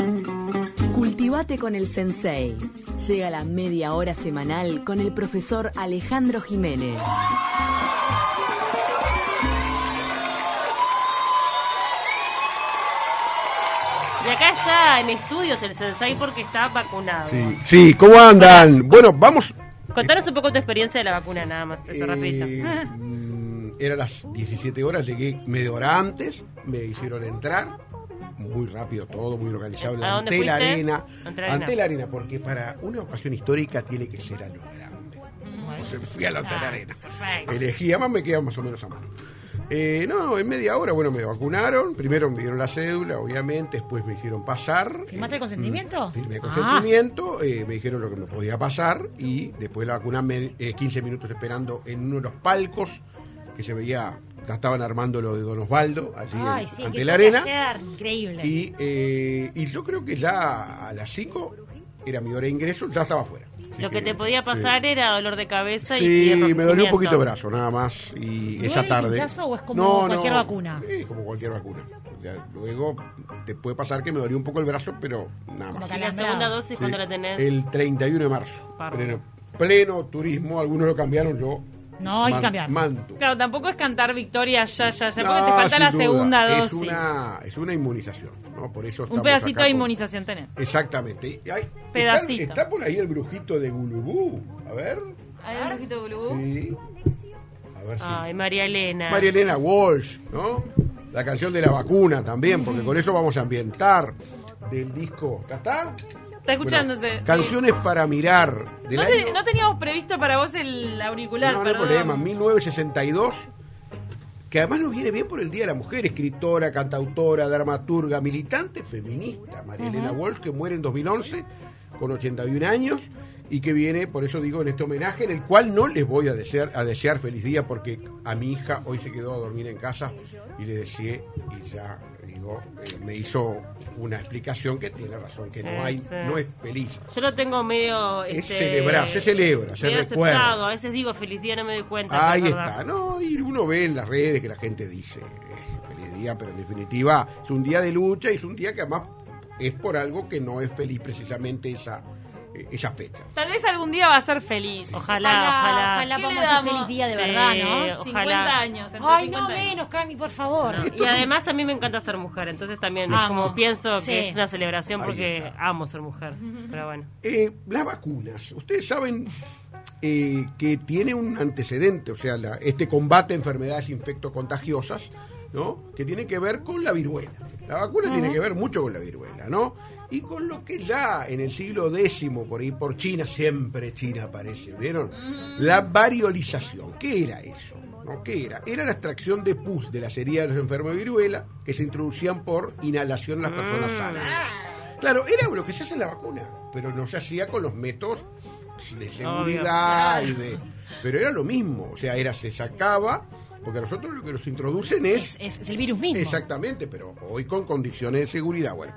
Cultivate con el Sensei. Llega la media hora semanal con el profesor Alejandro Jiménez. Y acá está en estudios el Sensei porque está vacunado. Sí, ¿cómo andan? Bueno, vamos... Contanos un poco tu experiencia de la vacuna, nada más, eso rapidito. Era las 17 horas, llegué media hora antes, me hicieron entrar, muy rápido todo, muy organizado, ante la arena, porque para una ocasión histórica tiene que ser a lo grande. Entonces fui a la arena, elegí, además me queda más o menos a mano. En media hora, me vacunaron. Primero me dieron la cédula, obviamente. Después me hicieron pasar. ¿Firmaste el consentimiento? Firmé el consentimiento. Me dijeron lo que me podía pasar. Y después la vacuna, 15 minutos esperando en uno de los palcos que se veía. Ya estaban armando lo de Don Osvaldo allí ante la arena. Ayer, increíble. Y yo creo que ya a las 5 era mi hora de ingreso, ya estaba afuera. Lo que te podía pasar era dolor de cabeza y me dolió un poquito el brazo, nada más. Y esa tarde. ¿El hinchazo o es como cualquier vacuna? Sí, como cualquier vacuna. Luego te puede pasar que me dolió un poco el brazo, pero nada más. ¿Y la segunda dosis cuándo la tenés? El 31 de marzo. Pleno turismo, algunos lo cambiaron, yo. No, hay que cambiar. Manto. Claro, tampoco es cantar victoria ya, porque te falta la segunda dosis. Es una inmunización, ¿no? Por eso un pedacito de inmunización tenés. Exactamente. Pedacito. Está por ahí el brujito de Gulubú. A ver. ¿Hay un brujito de Gulubú? Sí. A ver si. Ay, María Elena. María Elena Walsh, ¿no? La canción de la vacuna también, porque con eso vamos a ambientar del disco. ¿Ya está? Está escuchándose. Canciones para mirar. No teníamos previsto para vos el auricular, no hay problema. 1962, que además nos viene bien por el Día de la Mujer. Escritora, cantautora, dramaturga, militante feminista. María Elena Walsh, que muere en 2011 con 81 años y que viene, por eso digo, en este homenaje, en el cual no les voy a desear feliz día, porque a mi hija hoy se quedó a dormir en casa y le deseé, y ya digo, me hizo una explicación que tiene razón, que no es feliz. Yo lo tengo medio... se celebra, se recuerda. A veces digo feliz día, no me doy cuenta. Ahí está, y uno ve en las redes que la gente dice feliz día, pero en definitiva es un día de lucha y es un día que además es por algo que no es feliz precisamente esa fecha. Tal vez algún día va a ser feliz. Ojalá vamos a hacer feliz día de verdad, ¿no? 50 años. Ay, no menos, Cami, por favor. No. Y además a mí me encanta ser mujer, entonces también es como pienso que es una celebración porque amo ser mujer. Pero bueno. Las vacunas, ustedes saben que tiene un antecedente, o sea, este combate a enfermedades infectocontagiosas, ¿no? Que tiene que ver con la viruela. La vacuna tiene que ver mucho con la viruela, ¿no? Y con lo que ya en el siglo X, por ahí por China, siempre China aparece, ¿vieron? La variolización. ¿Qué era eso? ¿No? ¿Qué era? Era la extracción de pus de las heridas de los enfermos de viruela que se introducían por inhalación en las personas sanas. Claro, era lo que se hace en la vacuna, pero no se hacía con los métodos de seguridad pero era lo mismo, o sea, se sacaba, porque a nosotros lo que nos introducen es el virus mismo. Exactamente, pero hoy con condiciones de seguridad. Bueno,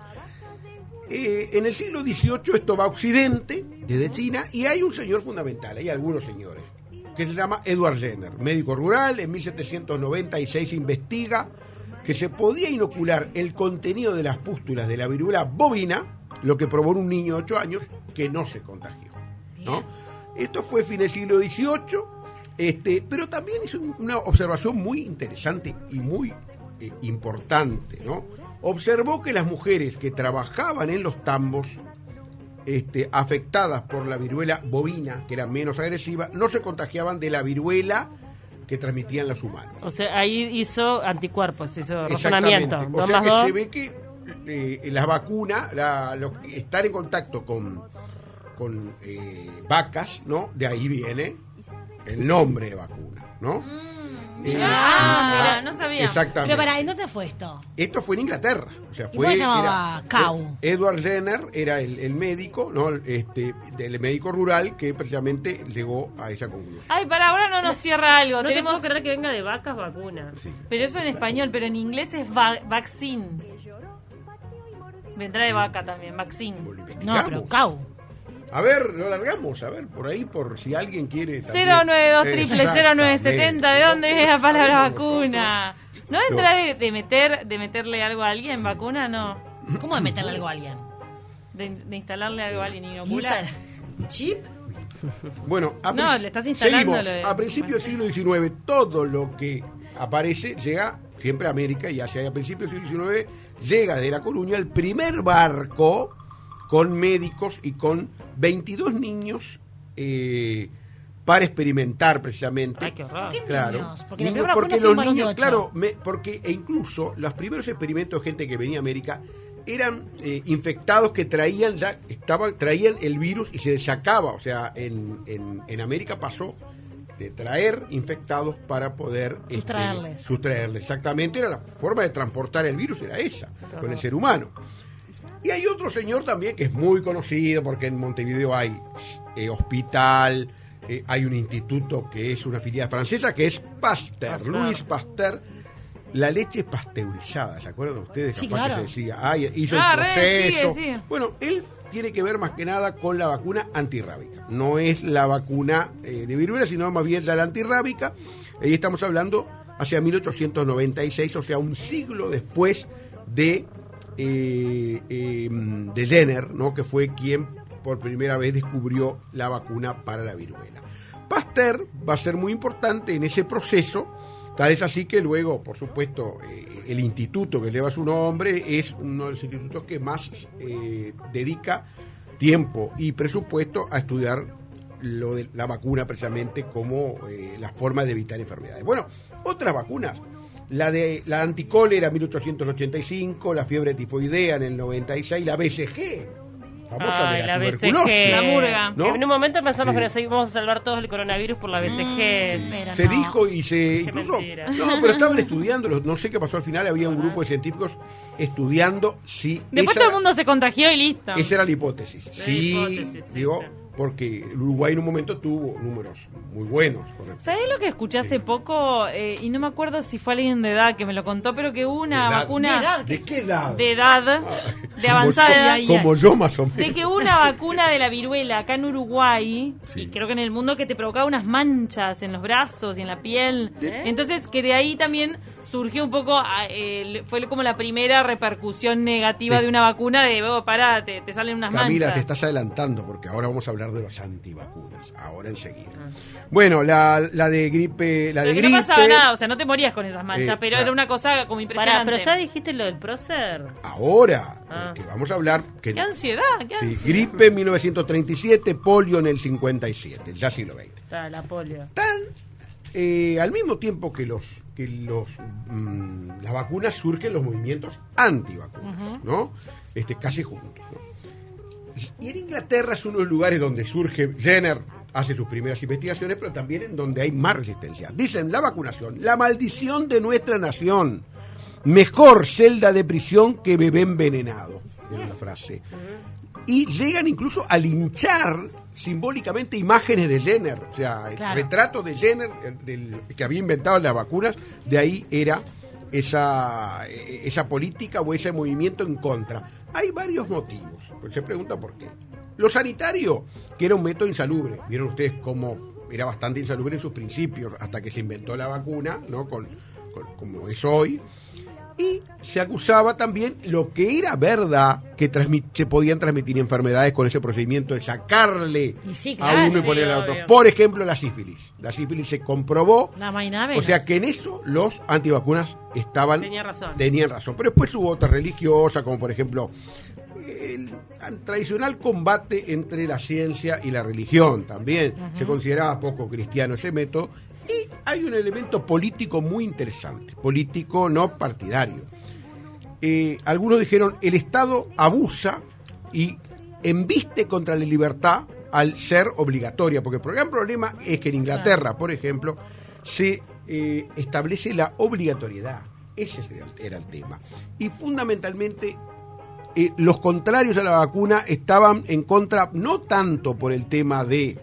en el siglo XVIII esto va a Occidente, desde China, y hay un señor fundamental, hay algunos señores, que se llama Edward Jenner, médico rural. En 1796 investiga que se podía inocular el contenido de las pústulas de la viruela bovina, lo que probó en un niño de 8 años que no se contagió, ¿no? Esto fue fin del siglo XVIII, pero también es una observación muy interesante y muy importante, ¿no? Observó que las mujeres que trabajaban en los tambos, afectadas por la viruela bovina, que era menos agresiva, no se contagiaban de la viruela que transmitían los humanos. O sea, ahí hizo anticuerpos, hizo razonamiento. O sea que se ve que las vacunas, estar en contacto con vacas, ¿no? De ahí viene el nombre de vacuna, ¿no? Mira, no sabía. Exactamente. Pero ¿en dónde fue esto? Esto fue en Inglaterra. O sea, ¿Y cómo se llamaba? Cow. Edward Jenner era el médico, ¿no? El médico rural que precisamente llegó a esa conclusión. Ay, para ahora no nos cierra algo. No te puedo creer que venga de vacas vacuna. Sí. Pero eso en español, pero en inglés es vaccine. Vendrá de vaca también, vaccine. No, pero cow. A ver, lo largamos, a ver, por ahí, por si alguien quiere... 092-0970, ¿de dónde es la palabra vacuna? ¿No vendrá de meterle algo a alguien, vacuna? No. ¿Cómo de meterle algo a alguien? de instalarle algo a alguien inocular. ¿Chip? Bueno, le estás instalando seguimos. A principios del siglo XIX, todo lo que aparece llega siempre a América, y hacia a principios del siglo XIX llega de La Coruña el primer barco con médicos y con 22 niños para experimentar precisamente. Ay, qué horror. ¿Por qué Claro. niños? Porque los niños, claro, porque incluso los primeros experimentos de gente que venía a América eran infectados que traían el virus y se les sacaba. O sea, en América pasó de traer infectados para poder sustraerles. Exactamente, era la forma de transportar el virus, era esa, con el ser humano. Y hay otro señor también que es muy conocido, porque en Montevideo hay hospital, hay un instituto que es una filial francesa, que es Pasteur. Louis Pasteur. La leche es pasteurizada, ¿se acuerdan ustedes? Sí, Capaz claro. que se decía, hizo el proceso. Sigue. Bueno, él tiene que ver más que nada con la vacuna antirrábica. No es la vacuna de viruela, sino más bien la antirrábica. Ahí estamos hablando hacia 1896, o sea, un siglo después de Jenner, ¿no? Que fue quien por primera vez descubrió la vacuna para la viruela. Pasteur va a ser muy importante en ese proceso. Tal es así que luego, por supuesto, el instituto que lleva su nombre es uno de los institutos que más dedica tiempo y presupuesto a estudiar lo de la vacuna precisamente como la forma de evitar enfermedades. Bueno, otras vacunas. La anticólera en 1885, la fiebre tifoidea en el 96, la BCG. Famosa de la tuberculosis. BCG. La murga. ¿No? En un momento pensamos que íbamos a salvar todos el coronavirus por la BCG. Se dijo y se incluso mentira. pero estaban estudiando, no sé qué pasó al final, había un grupo de científicos estudiando si Después todo el mundo se contagió y listo. esa era la hipótesis. Sí, hipótesis, sí, digo, sí. porque Uruguay en un momento tuvo números muy buenos. ¿Sabés lo que escuché hace poco? Y no me acuerdo si fue alguien de edad que me lo contó, pero que hubo una vacuna... ¿De qué edad? De edad, de avanzada edad. Como yo más o menos. De que hubo una vacuna de la viruela acá en Uruguay, y creo que en el mundo, que te provocaba unas manchas en los brazos y en la piel. Entonces, que de ahí también surgió un poco, fue como la primera repercusión negativa de una vacuna, de, te salen unas Camila, manchas. te estás adelantando, porque ahora vamos a hablar de los antivacunas, ahora enseguida. Bueno, la de gripe... Pero que no pasaba nada, o sea, no te morías con esas manchas, pero claro. era una cosa como impresionante. Pero ya dijiste lo del prócer. Ahora, porque vamos a hablar... ¡Qué ansiedad! ¡Qué ansiedad! Gripe en 1937, polio en el 57, ya siglo XX. La polio. Al mismo tiempo que las vacunas, surgen los movimientos antivacunas, ¿no? Casi juntos, ¿no? Y en Inglaterra es uno de los lugares donde surge, Jenner hace sus primeras investigaciones, pero también en donde hay más resistencia. Dicen, la vacunación, la maldición de nuestra nación, mejor celda de prisión que bebé envenenado, es una frase. Y llegan incluso a linchar simbólicamente imágenes de Jenner, o sea, el retrato de Jenner, que había inventado las vacunas, de ahí era esa política o ese movimiento en contra. Hay varios motivos, pues se pregunta por qué. Lo sanitario, que era un método insalubre, vieron ustedes cómo era bastante insalubre en sus principios, hasta que se inventó la vacuna, ¿no? Como es hoy. Y se acusaba también lo que era verdad, que se podían transmitir enfermedades con ese procedimiento de sacarle a uno y ponerle a otro. Obvio. Por ejemplo, la sífilis. La sífilis se comprobó. O sea que en eso los antivacunas tenían razón. Pero después hubo otra religiosa, como por ejemplo el tradicional combate entre la ciencia y la religión también. Se consideraba poco cristiano ese método. Y hay un elemento político muy interesante, político no partidario. Algunos dijeron, el Estado abusa y embiste contra la libertad al ser obligatoria, porque el gran problema es que en Inglaterra, por ejemplo, se establece la obligatoriedad. Ese era el tema. Y fundamentalmente los contrarios a la vacuna estaban en contra, no tanto por el tema de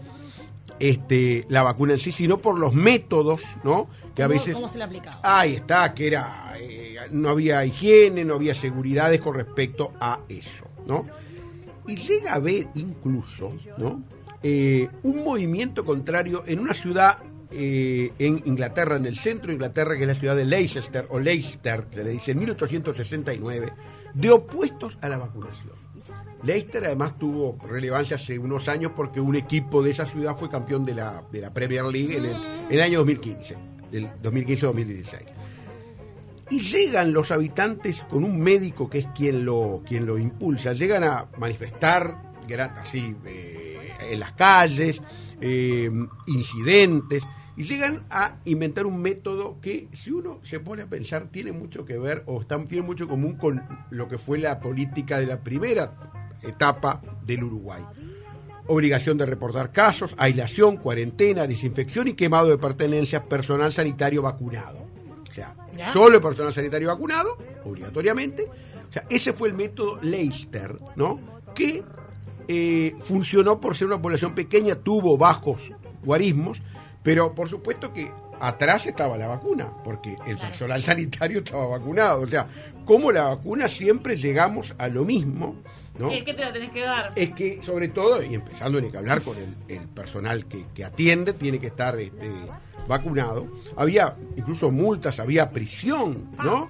la vacuna en sí, sino por los métodos, ¿no? Que a veces... ¿Cómo se le aplicaba? Ahí está, que era... no había higiene, no había seguridades con respecto a eso, ¿no? Y llega a haber incluso, ¿no? Un movimiento contrario en una ciudad en Inglaterra, en el centro de Inglaterra, que es la ciudad de Leicester, o Leicester, se le dice, en 1869, de opuestos a la vacunación. Leicester además tuvo relevancia hace unos años porque un equipo de esa ciudad fue campeón de la Premier League en el año 2015, del 2015-2016. Y llegan los habitantes con un médico que es quien lo impulsa, llegan a manifestar así en las calles, incidentes, y llegan a inventar un método que, si uno se pone a pensar, tiene mucho que ver tiene mucho en común con lo que fue la política de la primera etapa del Uruguay. Obligación de reportar casos, aislación, cuarentena, desinfección y quemado de pertenencias, personal sanitario vacunado. O sea, solo el personal sanitario vacunado, obligatoriamente. O sea, ese fue el método Leicester, ¿no? Que funcionó por ser una población pequeña, tuvo bajos guarismos, pero por supuesto que atrás estaba la vacuna, porque el personal sanitario estaba vacunado. O sea, como la vacuna siempre llegamos a lo mismo, ¿no? Sí, es que te la tenés que dar. Es que, sobre todo, y empezando en que hablar con el personal que atiende, tiene que estar vacunado. Había incluso multas, había prisión, ¿no?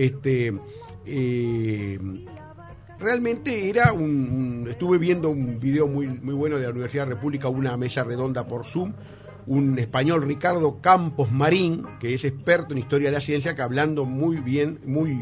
Realmente era estuve viendo un video muy bueno de la Universidad de la República, una mesa redonda por Zoom, un español, Ricardo Campos Marín, que es experto en historia de la ciencia, que hablando muy bien,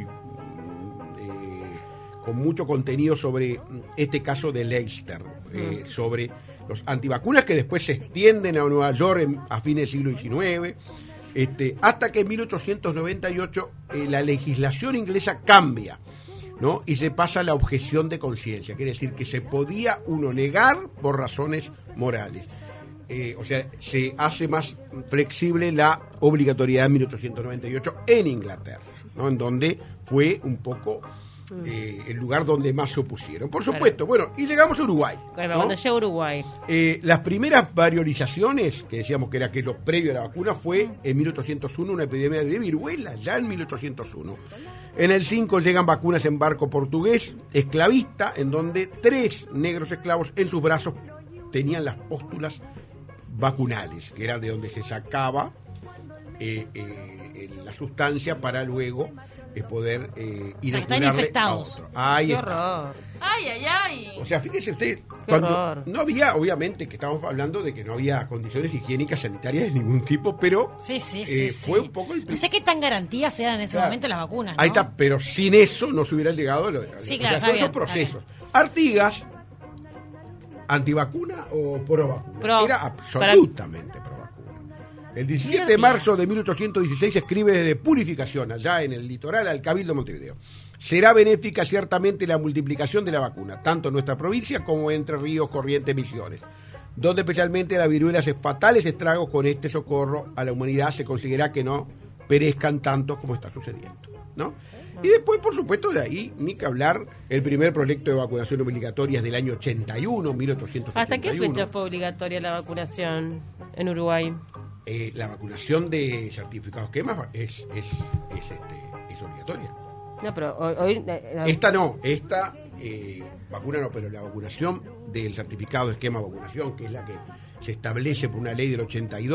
con mucho contenido sobre este caso de Leicester, sobre los antivacunas que después se extienden a Nueva York a fines del siglo XIX, hasta que en 1898 la legislación inglesa cambia, ¿no? Y se pasa a la objeción de conciencia, quiere decir que se podía uno negar por razones morales. O sea, se hace más flexible la obligatoriedad en 1898 en Inglaterra, ¿no? En donde fue un poco el lugar donde más se opusieron. Por supuesto, bueno, y llegamos a Uruguay. Bueno, cuando llegó Uruguay. Las primeras variolizaciones, que decíamos que era lo previo a la vacuna, fue en 1801, una epidemia de viruela, ya en 1801. En el 5 llegan vacunas en barco portugués, esclavista, en donde 3 negros esclavos en sus brazos tenían las póstulas vacunales, que era de donde se sacaba la sustancia para luego poder inocularle a otro. ¡Qué horror! ¡Ay, ay, ay! O sea, fíjese usted, cuando no había, obviamente, que estamos hablando de que no había condiciones higiénicas sanitarias de ningún tipo, pero fue un poco no sé qué tan garantías eran en ese momento las vacunas, ¿no? Ahí está, pero sin eso no se hubiera llegado a claro, esos procesos. Artigas, ¿antivacuna o pro vacuna? Era absolutamente pro vacuna. El 17 de marzo de 1816 escribe desde Purificación, allá en el litoral, al Cabildo de Montevideo. Será benéfica ciertamente la multiplicación de la vacuna, tanto en nuestra provincia como en Entre Ríos, Corrientes, Misiones, donde especialmente la viruela hace fatales estragos. Con este socorro a la humanidad se conseguirá que no perezcan tantos como está sucediendo, ¿no? Y después, por supuesto, de ahí, ni que hablar, el primer proyecto de vacunación obligatoria es del año 81, 1881. ¿Hasta qué fecha fue obligatoria la vacunación en Uruguay? La vacunación de certificados quemas es obligatoria. No, pero hoy esta vacuna no, pero la vacunación del certificado de esquema de vacunación, que es la que se establece por una ley del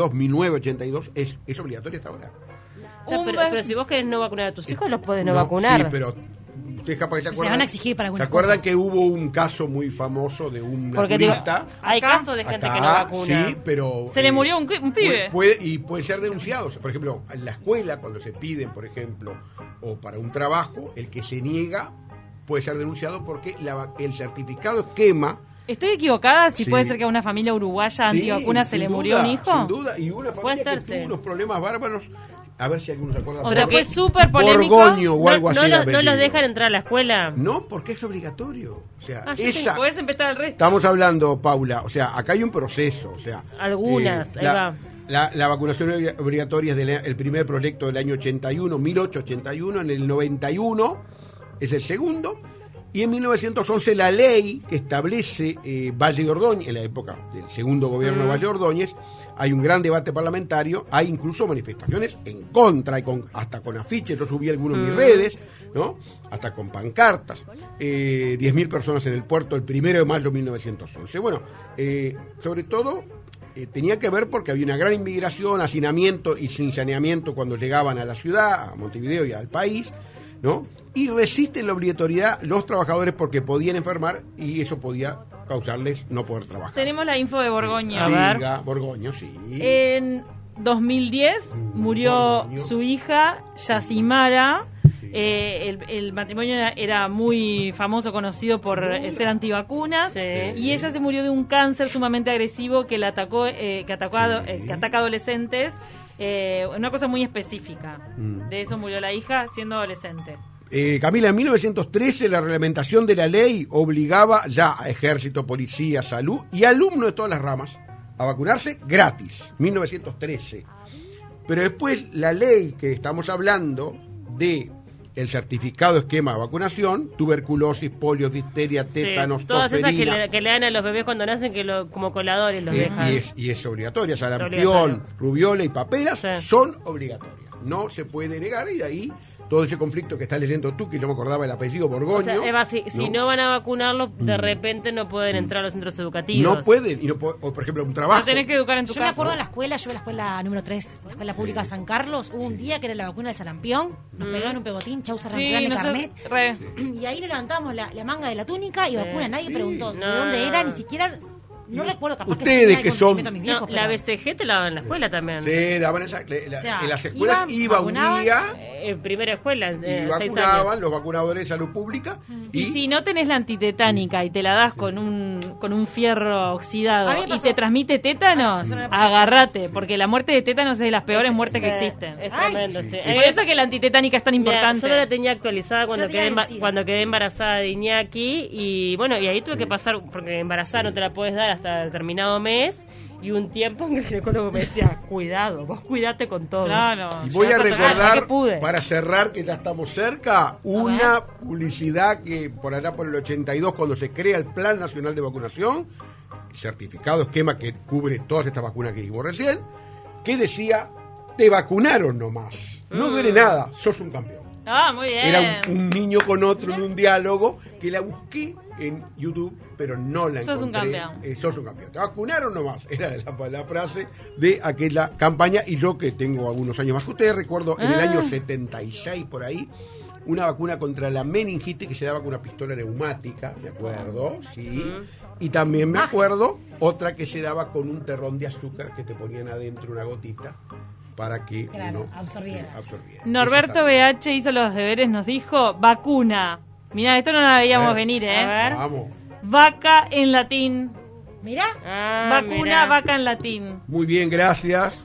1982, es obligatoria hasta ahora. O sea, pero si vos querés no vacunar a tus hijos, los podés no vacunar. Sí, pero ustedes capaz que se acuerdan. Se van a exigir para algunas ¿Se acuerdan cosas? Que hubo un caso muy famoso de un turista? Hay casos de gente que no vacuna. Sí, pero se le murió un pibe. Puede ser denunciado. O sea, por ejemplo, en la escuela, cuando se piden, por ejemplo, o para un trabajo, el que se niega puede ser denunciado porque el certificado esquema. ¿Estoy equivocada? Si puede ser que a una familia uruguaya antivacuna se le murió un hijo. Sin duda, y una familia que tuvo unos problemas bárbaros. A ver si alguno se acuerda. O sea, fue súper polémico. Borgoño o algo así. ¿No los dejan entrar a la escuela? No, porque es obligatorio. O sea, puedes empezar el resto. Estamos hablando, Paula, o sea, acá hay un proceso. O sea, algunas, ahí va. La vacunación obligatoria es el primer proyecto del año 1881, en el 91 es el segundo, y en 1911 la ley que establece Valle Ordóñez, en la época del segundo gobierno de Valle Ordóñez, hay un gran debate parlamentario, hay incluso manifestaciones en contra, hasta con afiches, yo subí algunos en mis redes, ¿no? Hasta con pancartas, 10.000 personas en el puerto el 1 de mayo de 1911. Bueno, sobre todo tenía que ver porque había una gran inmigración, hacinamiento y sin saneamiento cuando llegaban a la ciudad, a Montevideo y al país, ¿no? y resisten la obligatoriedad los trabajadores porque podían enfermar y eso podía causarles no poder trabajar. Tenemos la info de Borgoña. Diga, Borgoño, sí. En 2010 murió su hija, Yacimara. El matrimonio era muy famoso, conocido por ser antivacunas, y ella se murió de un cáncer sumamente agresivo que ataca adolescentes, una cosa muy específica. De eso murió la hija siendo adolescente. Camila, en 1913 la reglamentación de la ley obligaba ya a ejército, policía, salud y alumnos de todas las ramas a vacunarse gratis, 1913. Pero después la ley que estamos hablando de el certificado esquema de vacunación, tuberculosis, polio, difteria, tétanos, todas tosferina. esas que le dan a los bebés cuando nacen como coladores los dejan. Y es obligatoria, sarampión, rubiola y paperas son obligatorias. No se puede negar, y de ahí todo ese conflicto que estás leyendo tú, que yo me acordaba el apellido Borgoño. O sea, Eva, si no van a vacunarlo, de repente no pueden entrar a los centros educativos. No pueden, o por ejemplo un trabajo. No tenés que educar en tu casa. Yo me acuerdo en la escuela, yo en la escuela número 3, la escuela pública de San Carlos, hubo un día que era la vacuna del sarampión, nos pegaban un pegotín, chau sarampión de carnet, y ahí nos levantábamos la manga de la túnica y vacuna, nadie preguntó de dónde era, ni siquiera... No recuerdo, capaz ustedes que son... Viejos, la BCG te la daban en la escuela también. Sí, daban en las escuelas iba un día... En primera escuela, y vacunaban los vacunadores de salud pública. Y si no tenés la antitetánica y te la das con un fierro oxidado y te transmite tétanos, agárrate, porque la muerte de tétanos es de las peores muertes que existen. Es tremendo, sí. Por eso que la antitetánica es tan importante. Yo la tenía actualizada cuando quedé embarazada de Iñaki, y bueno, y ahí tuve que pasar, porque embarazada no te la puedes dar hasta determinado mes, y un tiempo en que el ginecólogo me decía, cuidado, vos cuidate con todo. Claro. Y voy a recordar, para cerrar, que ya estamos cerca, una publicidad que por allá por el 82, cuando se crea el Plan Nacional de Vacunación, certificado esquema que cubre todas estas vacunas que dijimos recién, que decía, te vacunaron nomás, no duele nada, sos un campeón. Ah, muy bien. Era un niño con otro en un diálogo que la busqué en YouTube, pero no la encontré. Sos un campeón. Sos un campeón. Te vacunaron nomás. Era la frase de aquella campaña. Y yo, que tengo algunos años más que ustedes, recuerdo en el año 76 por ahí, una vacuna contra la meningitis que se daba con una pistola neumática, me acuerdo, sí. Y también me acuerdo otra que se daba con un terrón de azúcar que te ponían adentro una gotita para que uno absorbiera. Norberto BH hizo los deberes, nos dijo, vacuna. Mirá, esto no la veíamos venir, ¿eh? A ver. Vamos. Vaca en latín. Mirá. Vacuna, vaca en latín. Muy bien, gracias.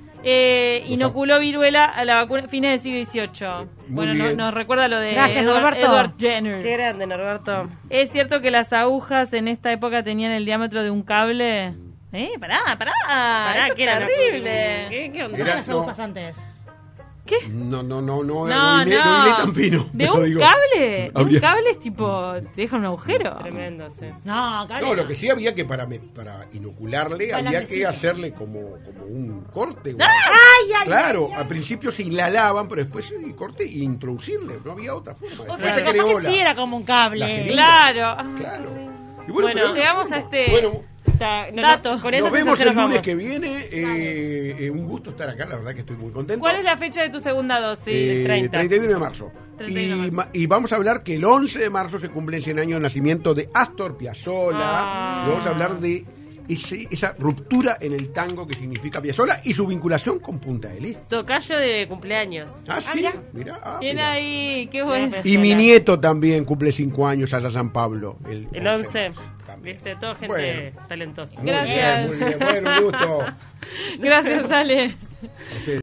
Inoculó viruela a la vacuna fines del siglo XVIII. Bueno, nos recuerda lo de Edward Jenner. Qué grande, Norberto. ¿Es cierto que las agujas en esta época tenían el diámetro de un cable? Pará, eso ¿qué es terrible. ¿Qué onda? ¿Cómo eran las agujas antes? ¿Qué? No hilé tan fino. ¿De un cable? De un cable es tipo, te deja un agujero. Tremendo, sí. No, cable. No, lo que sí había que para inocularle había que hacerle como un corte. Claro, al principio se inhalaban, pero después corte y introducirle. No había otra forma. O sea, capaz que sí era como un cable. Claro. Y bueno, llegamos a este... datos. Con nos vemos el lunes que viene. Un gusto estar acá, la verdad que estoy muy contento. ¿Cuál es la fecha de tu segunda dosis? 31 de marzo. Y vamos a hablar que el 11 de marzo se cumplen 100 años del nacimiento de Astor Piazzolla. Y vamos a hablar de esa ruptura en el tango que significa Piazzolla y su vinculación con Punta del Este. Tocayo de cumpleaños. Sí, mira. Bien ahí, qué bueno. Y mi nieto también cumple 5 años allá San Pablo. El 11. Viste, toda gente talentosa. Gracias. Muy bien, bueno, un gusto. Gracias, Ale.